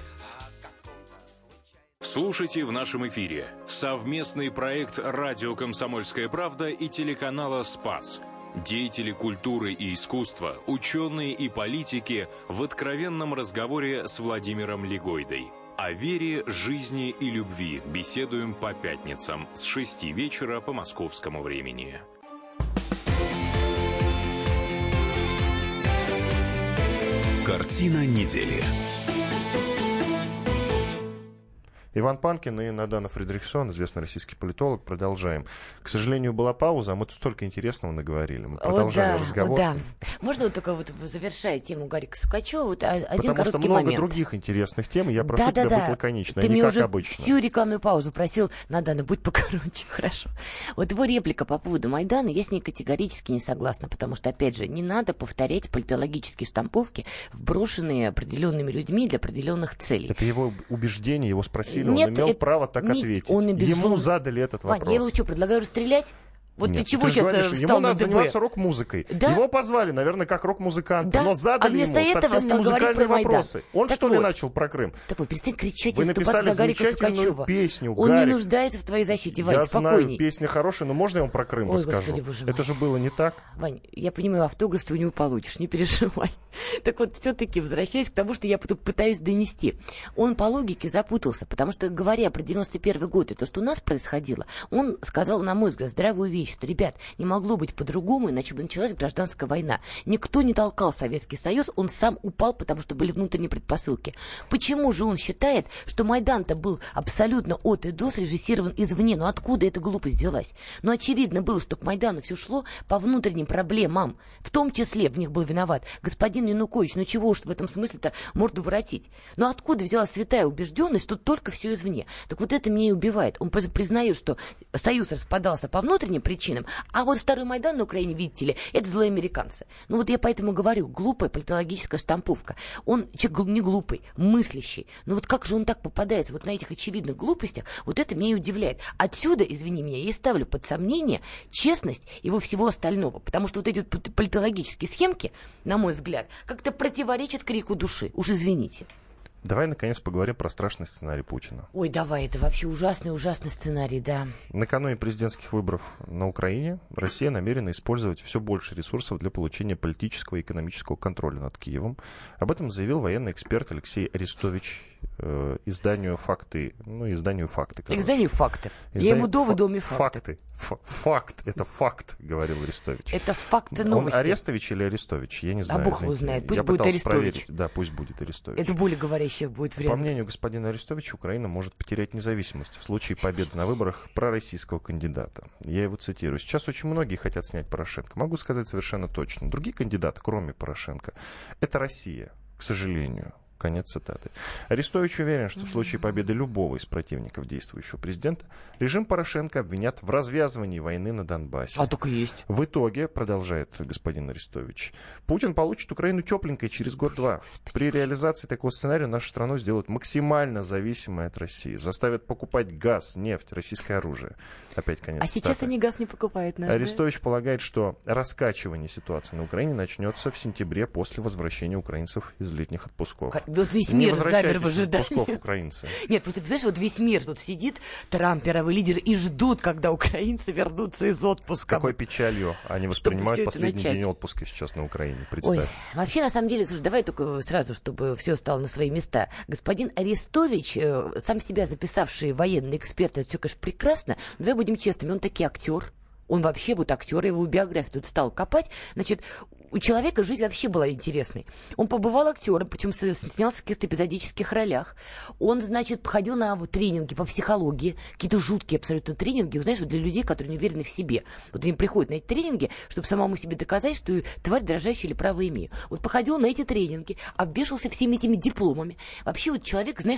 Слушайте в нашем эфире совместный проект «Радио Комсомольская правда» и телеканала «Спас». Деятели культуры и искусства, ученые и политики в откровенном разговоре с Владимиром Легойдой. О вере, жизни и любви беседуем по пятницам с шести вечера по московскому времени. Картина недели. Иван Панкин и Надана Фридрихсон, известный российский политолог. Продолжаем. К сожалению, была пауза, а мы тут столько интересного наговорили. Мы продолжали О, да, разговор. О, да. Можно вот только вот завершая тему Гарика Сукачева, вот один Потому короткий что много момент. других интересных тем, и я прошу да, тебя да, быть да. лаконичной, Ты а не мне как уже обычно. всю рекламную паузу просил, Надана, будь покороче, хорошо. Вот его реплика по поводу Майдана, я с ней категорически не согласна, потому что, опять же, не надо повторять политологические штамповки, вброшенные определенными людьми для определенных целей. Это его убеждение, его спросили, Нет, он имел это... право так не... ответить. Он и Ему задали этот Вань, вопрос. я его что, предлагаю расстрелять? Вот Нет, ты чего ты сейчас говоришь, встал ему на надо ДБ? заниматься рок-музыкой. Да? Его позвали, наверное, как рок-музыканта, Да? но задали а вместо ему этого совсем не стал говорить музыкальные про Майдан. вопросы. Он Так что вот. ли начал про Крым? Так вот, перестань кричать Вы и ступаться написали за Гарика замечательную Сукачева. песню, Он Гарик. не нуждается в твоей защите, Вань, Я спокойней. знаю, песня хорошая, но можно я вам про Крым Ой, расскажу? Господи, боже мой. Это же было не так. Вань, я понимаю, автограф ты у него получишь, не переживай. Так вот, все-таки возвращаясь к тому, что я пытаюсь донести. Он по логике запутался, потому что, говоря про девяносто первый год и то, что у нас происходило, он сказал, на мой взгляд, здравую вещь, что, ребят, не могло быть по-другому, иначе бы началась гражданская война. Никто не толкал Советский Союз, он сам упал, потому что были внутренние предпосылки. Почему же он считает, что Майдан-то был абсолютно от и до срежиссирован извне? Ну откуда эта глупость взялась? Ну очевидно было, что к Майдану все шло по внутренним проблемам. В том числе в них был виноват господин Янукович. Ну чего уж в этом смысле-то морду воротить? Ну откуда взялась святая убежденность, что только все извне? Так вот это меня и убивает. Он признает, что Союз распадался по внутренним причинам, а вот второй Майдан на Украине, видите ли, это злые американцы. Ну вот я поэтому говорю, глупая политологическая штамповка. Он человек не глупый, мыслящий. Ну вот как же он так попадается вот на этих очевидных глупостях, вот это меня и удивляет. Отсюда, извини меня, я и ставлю под сомнение честность его всего остального. Потому что вот эти вот политологические схемки, на мой взгляд, как-то противоречат крику души. Уж извините. Давай, наконец, поговорим про страшный сценарий Путина. Ой, давай, это вообще ужасный-ужасный сценарий, да. Накануне президентских выборов на Украине Россия намерена использовать все больше ресурсов для получения политического и экономического контроля над Киевом. Об этом заявил военный эксперт Алексей Арестович э, изданию «Факты». Ну, изданию «Факты». Короче. Изданию «Факты». Изданию... Я ему доводы, он мне факты. Факты. Ф- факт. Это факт, говорил Арестович. Это факты новости. Он Арестович или Арестович? Я не знаю. А Бог его знает. Пусть Я будет пытался Арестович. проверить. Да, пусть будет Арестович. Это более говорящее будет время. По мнению господина Арестовича, Украина может потерять независимость в случае победы на выборах пророссийского кандидата. Я его цитирую. Сейчас очень многие хотят снять Порошенко. Могу сказать совершенно точно. Другие кандидаты, кроме Порошенко, это Россия, к сожалению. Конец цитаты. Арестович уверен, что в случае победы любого из противников действующего президента режим Порошенко обвинят в развязывании войны на Донбассе. А так и есть. В итоге, продолжает господин Арестович, Путин получит Украину тепленькой через год-два. При реализации такого сценария нашу страну сделают максимально зависимой от России. Заставят покупать газ, нефть, российское оружие. Опять конец А цитаты. сейчас они газ не покупают. Наверное. Арестович полагает, что раскачивание ситуации на Украине начнется в сентябре после возвращения украинцев из летних отпусков. Вот весь Не мир замер в возвращайтесь из ожидании. отпусков, украинцы. Нет, вот ты понимаешь, вот весь мир тут сидит, трамперовый лидер, и ждут, когда украинцы вернутся из отпуска. Какой печалью они воспринимают последний начать. день отпуска сейчас на Украине. Представь. Ой, вообще, на самом деле, слушай, давай только сразу, чтобы все стало на свои места. Господин Арестович, э, сам себя записавший военный эксперт, это все, конечно, прекрасно, но давай будем честными, он таки актер. Он вообще вот актер, его биографию тут стал копать. Значит, у человека жизнь вообще была интересной. Он побывал актером, причем снялся в каких-то эпизодических ролях. Он, значит, ходил на вот, тренинги по психологии, какие-то жуткие абсолютно тренинги, знаешь, вот для людей, которые не уверены в себе. Вот они приходят на эти тренинги, чтобы самому себе доказать, что тварь дрожащая или право имею. Вот походил на эти тренинги, обвешался всеми этими дипломами. Вообще вот человек, знаешь,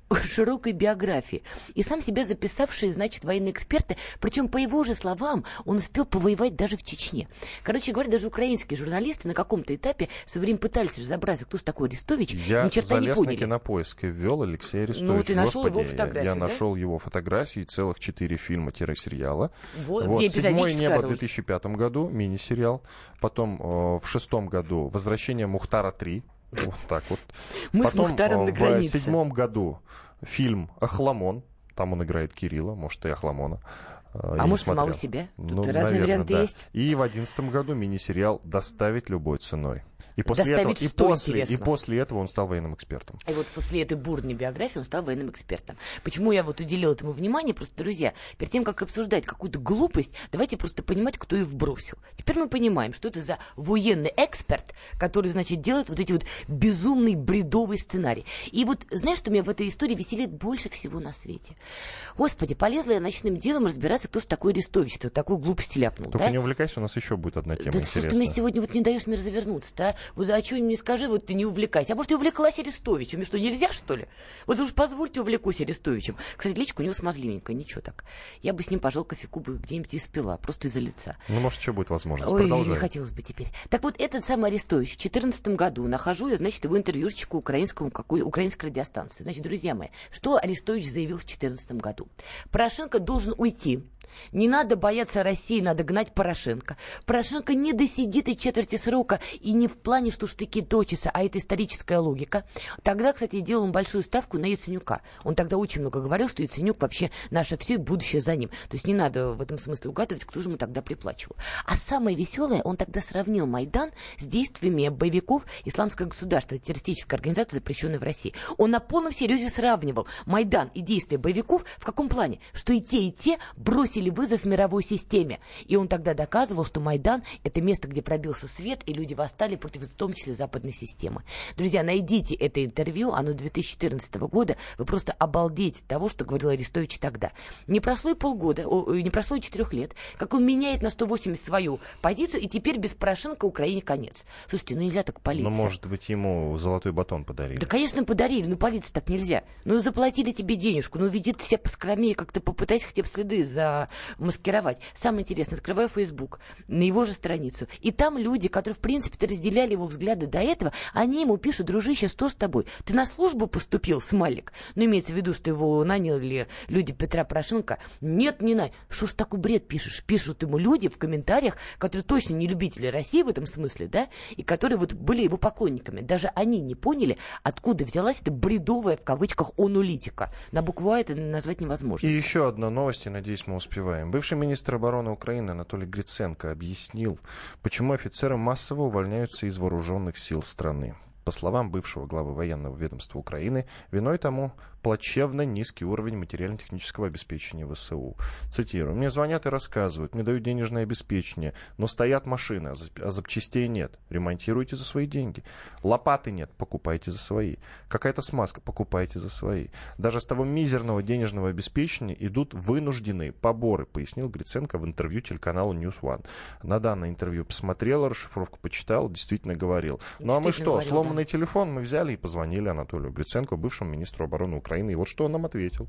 широкой биографии. И сам себя записавший, значит, военные эксперты, причем, по его же словам, он успел повоевать даже в Чечне. Короче говоря, даже украинские журналисты на каком-то этапе все время пытались разобраться, кто же такой Арестович, я ни черта не поняли. Я залез на Кинопоиск и ввел Алексея Арестовича. Ну, ты нашел Господи, его фотографию, Я, я да? нашел его фотографии, целых четыре фильма-сериала. Вот, вот. «Седьмое небо» роль. в две тысячи пятом году, мини-сериал. Потом э, в шестом году «Возвращение Мухтара три». Вот так вот. Мы Потом, с Мухтаром на в границе. В седьмом году фильм «Охламон». Там он играет Кирилла, может, и Охламона. А Я может, самого себя? Тут ну, разные наверное, варианты да. есть. И в одиннадцатом году мини-сериал «Доставить любой ценой». И после, Доставить этого, и, что, после, и интересно? после этого он стал военным экспертом. И вот после этой бурной биографии он стал военным экспертом. Почему я вот уделил этому внимание? Просто, друзья, перед тем, как обсуждать какую-то глупость, давайте просто понимать, кто ее вбросил. Теперь мы понимаем, что это за военный эксперт, который, значит, делает вот эти вот безумный, бредовый сценарий. И вот, знаешь, что меня в этой истории веселит больше всего на свете? Господи, полезла я ночным делом разбираться, кто же такой Арестович, кто такую глупость ляпнул. Только да? не увлекайся, у нас еще будет одна тема да интересная. что ж ты мне сегодня вот не даешь мне развернуться-то, а? Вот а что мне скажи, вот ты не увлекайся. А может, я увлеклась Арестовичем? Мне что, нельзя, что ли? Вот уж позвольте увлекусь Арестовичем. Кстати, личка у него смазливенькая, ничего так. Я бы с ним, пожалуй, кофейку бы где-нибудь и спила, просто из-за лица. Ну, может, еще будет возможность. Ой, Продолжай. не хотелось бы теперь. Так вот, этот самый Арестович в две тысячи четырнадцатом году нахожу я, значит, его интервьюшечку украинскому, какой, украинской радиостанции. Значит, друзья мои, что Арестович заявил в две тысячи четырнадцатом году? Порошенко должен уйти. Не надо бояться России, надо гнать Порошенко. Порошенко не досидит и четверти срока, и не в плане, что штыки точатся, а это историческая логика. Тогда, кстати, делал он большую ставку на Яценюка. Он тогда очень много говорил, что Яценюк вообще наше все и будущее за ним. То есть не надо в этом смысле угадывать, кто же ему тогда приплачивал. А самое веселое, он тогда сравнил Майдан с действиями боевиков Исламского государства, террористической организации, запрещенной в России. Он на полном серьезе сравнивал Майдан и действия боевиков в каком плане? Что и те, и те бросили вызов мировой системе. И он тогда доказывал, что Майдан – это место, где пробился свет, и люди восстали против, в том числе, западной системы. Друзья, найдите это интервью, оно две тысячи четырнадцатого года, вы просто обалдеете от того, что говорил Арестович тогда. Не прошло и полгода, о, не прошло и четырех лет, как он меняет на сто восемьдесят свою позицию, и теперь без Порошенко Украине конец. Слушайте, ну нельзя так палиться. Ну, может быть, ему золотой батон подарили. Да, конечно, подарили, но палиться так нельзя. Ну, заплатили тебе денежку, ну, веди ты себя поскромнее, как-то попытайся хотя бы следы за маскировать. Самое интересное, открываю Facebook, на его же страницу, и там люди, которые, в принципе, разделяли его взгляды до этого, они ему пишут: дружище, что с тобой? Ты на службу поступил, смайлик? Ну, имеется в виду, что его наняли люди Петра Порошенко. Нет, не наняли. Что ж такой бред пишешь? Пишут ему люди в комментариях, которые точно не любители России в этом смысле, да, и которые вот были его поклонниками. Даже они не поняли, откуда взялась эта бредовая, в кавычках, онулитика. На букву А это назвать невозможно. И еще одна новость, и, надеюсь, мы успеваем. Бывший министр обороны Украины Анатолий Гриценко объяснил, почему офицеры массово увольняются из вооруженных сил страны. По словам бывшего главы военного ведомства Украины, виной тому плачевно низкий уровень материально-технического обеспечения ВСУ. Цитирую. «Мне звонят и рассказывают, мне дают денежное обеспечение, но стоят машины, а запчастей нет. Ремонтируйте за свои деньги. Лопаты нет, покупайте за свои. Какая-то смазка, покупайте за свои. Даже с того мизерного денежного обеспечения идут вынужденные поборы», пояснил Гриценко в интервью телеканалу News One. На данное интервью посмотрел, расшифровку почитал, действительно говорил. Ну а мы что, говорил, сломанный да. телефон мы взяли и позвонили Анатолию Гриценко, бывшему министру обороны Украины. И вот что он нам ответил.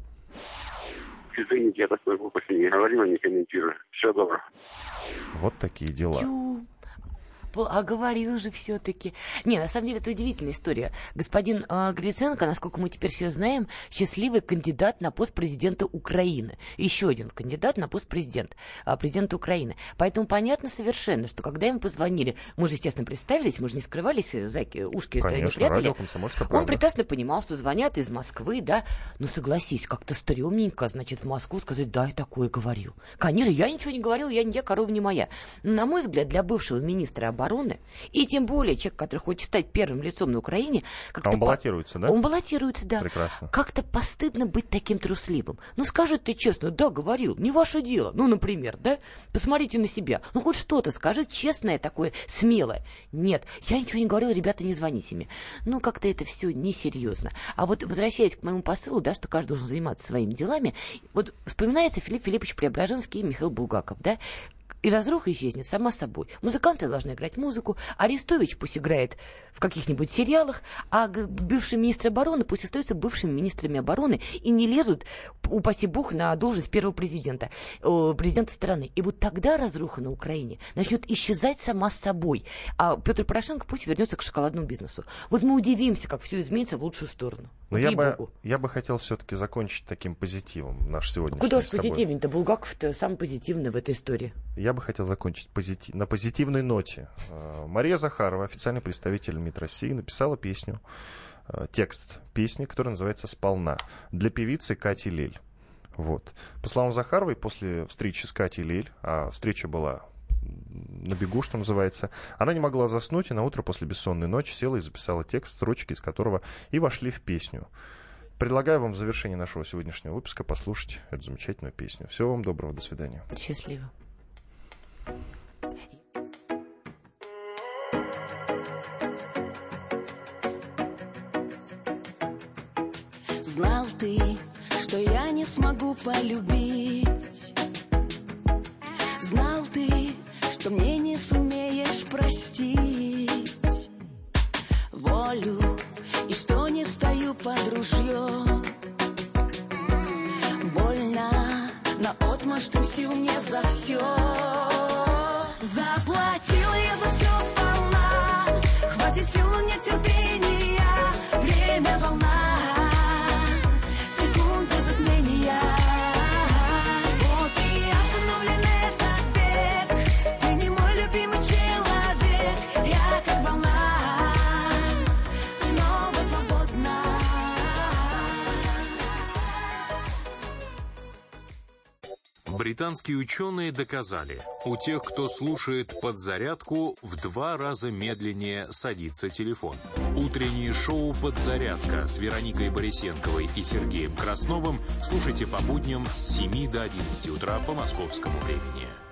Извините, я такой глупости не говорил, не комментирую. Всего доброго. Вот такие дела. Тю. А говорил же все-таки. Не, на самом деле, это удивительная история. Господин э, Гриценко, насколько мы теперь все знаем, счастливый кандидат на пост президента Украины. Еще один кандидат на пост президента, э, президента Украины. Поэтому понятно совершенно, что когда ему позвонили, мы же, естественно, представились, мы же не скрывались, зайки, ушки это не прятали. Радио «Комсомольская правда». Он прекрасно понимал, что звонят из Москвы, да. Ну, согласись, как-то стрёмненько, значит, в Москву сказать: да, я такое говорил. Конечно, я ничего не говорил, я не я, корова не моя. Но, на мой взгляд, для бывшего министра обороны, и тем более человек, который хочет стать первым лицом на Украине... А он баллотируется, по... да? Он баллотируется, да. Прекрасно. Как-то постыдно быть таким трусливым. Ну, скажи ты честно: да, говорил, не ваше дело. Ну, например, да? Посмотрите на себя. Ну, хоть что-то скажи честное такое, смелое. Нет, я ничего не говорил, ребята, не звоните мне. Ну, как-то это все несерьезно. А вот, возвращаясь к моему посылу, да, что каждый должен заниматься своими делами, вот вспоминается Филипп Филиппович Преображенский и Михаил Булгаков, да? И разруха исчезнет сама собой. Музыканты должны играть музыку, Арестович пусть играет в каких-нибудь сериалах, а бывшие министры обороны пусть остаются бывшими министрами обороны и не лезут, упаси бог, на должность первого президента, президента страны. И вот тогда разруха на Украине начнет исчезать сама собой. А Петр Порошенко пусть вернется к шоколадному бизнесу. Вот мы удивимся, как все изменится в лучшую сторону. Но я бы, я бы хотел все-таки закончить таким позитивом наш сегодняшний. Куда уж позитивнее-то? Булгаков-то самый позитивный в этой истории. Я бы хотел закончить позитив... на позитивной ноте. Мария Захарова, официальный представитель МИД России, написала песню, текст песни, который называется «Сполна», для певицы Кати Лель. Вот. По словам Захаровой, после встречи с Катей Лель, а встреча была на бегу, что называется, она не могла заснуть, и на утро после бессонной ночи села и записала текст, строчки из которого и вошли в песню. Предлагаю вам в завершении нашего сегодняшнего выпуска послушать эту замечательную песню. Всего вам доброго, до свидания. Счастливо. Знал ты, что я не смогу полюбить. Знал ты, что мне не сумеешь простить волю, и что не встаю под ружье. Больно, наотмашь трусил мне за все. Заплатил я за все сполна, хватит сил, нет терпения. Время волна, секунды затмения. Вот и остановлен этот бег. Ты не мой любимый человек. Я как волна, снова свободна. Британские ученые доказали, у тех, кто слушает «Подзарядку», в два раза медленнее садится телефон. Утреннее шоу «Подзарядка» с Вероникой Борисенковой и Сергеем Красновым слушайте по будням с семи до одиннадцати утра по московскому времени.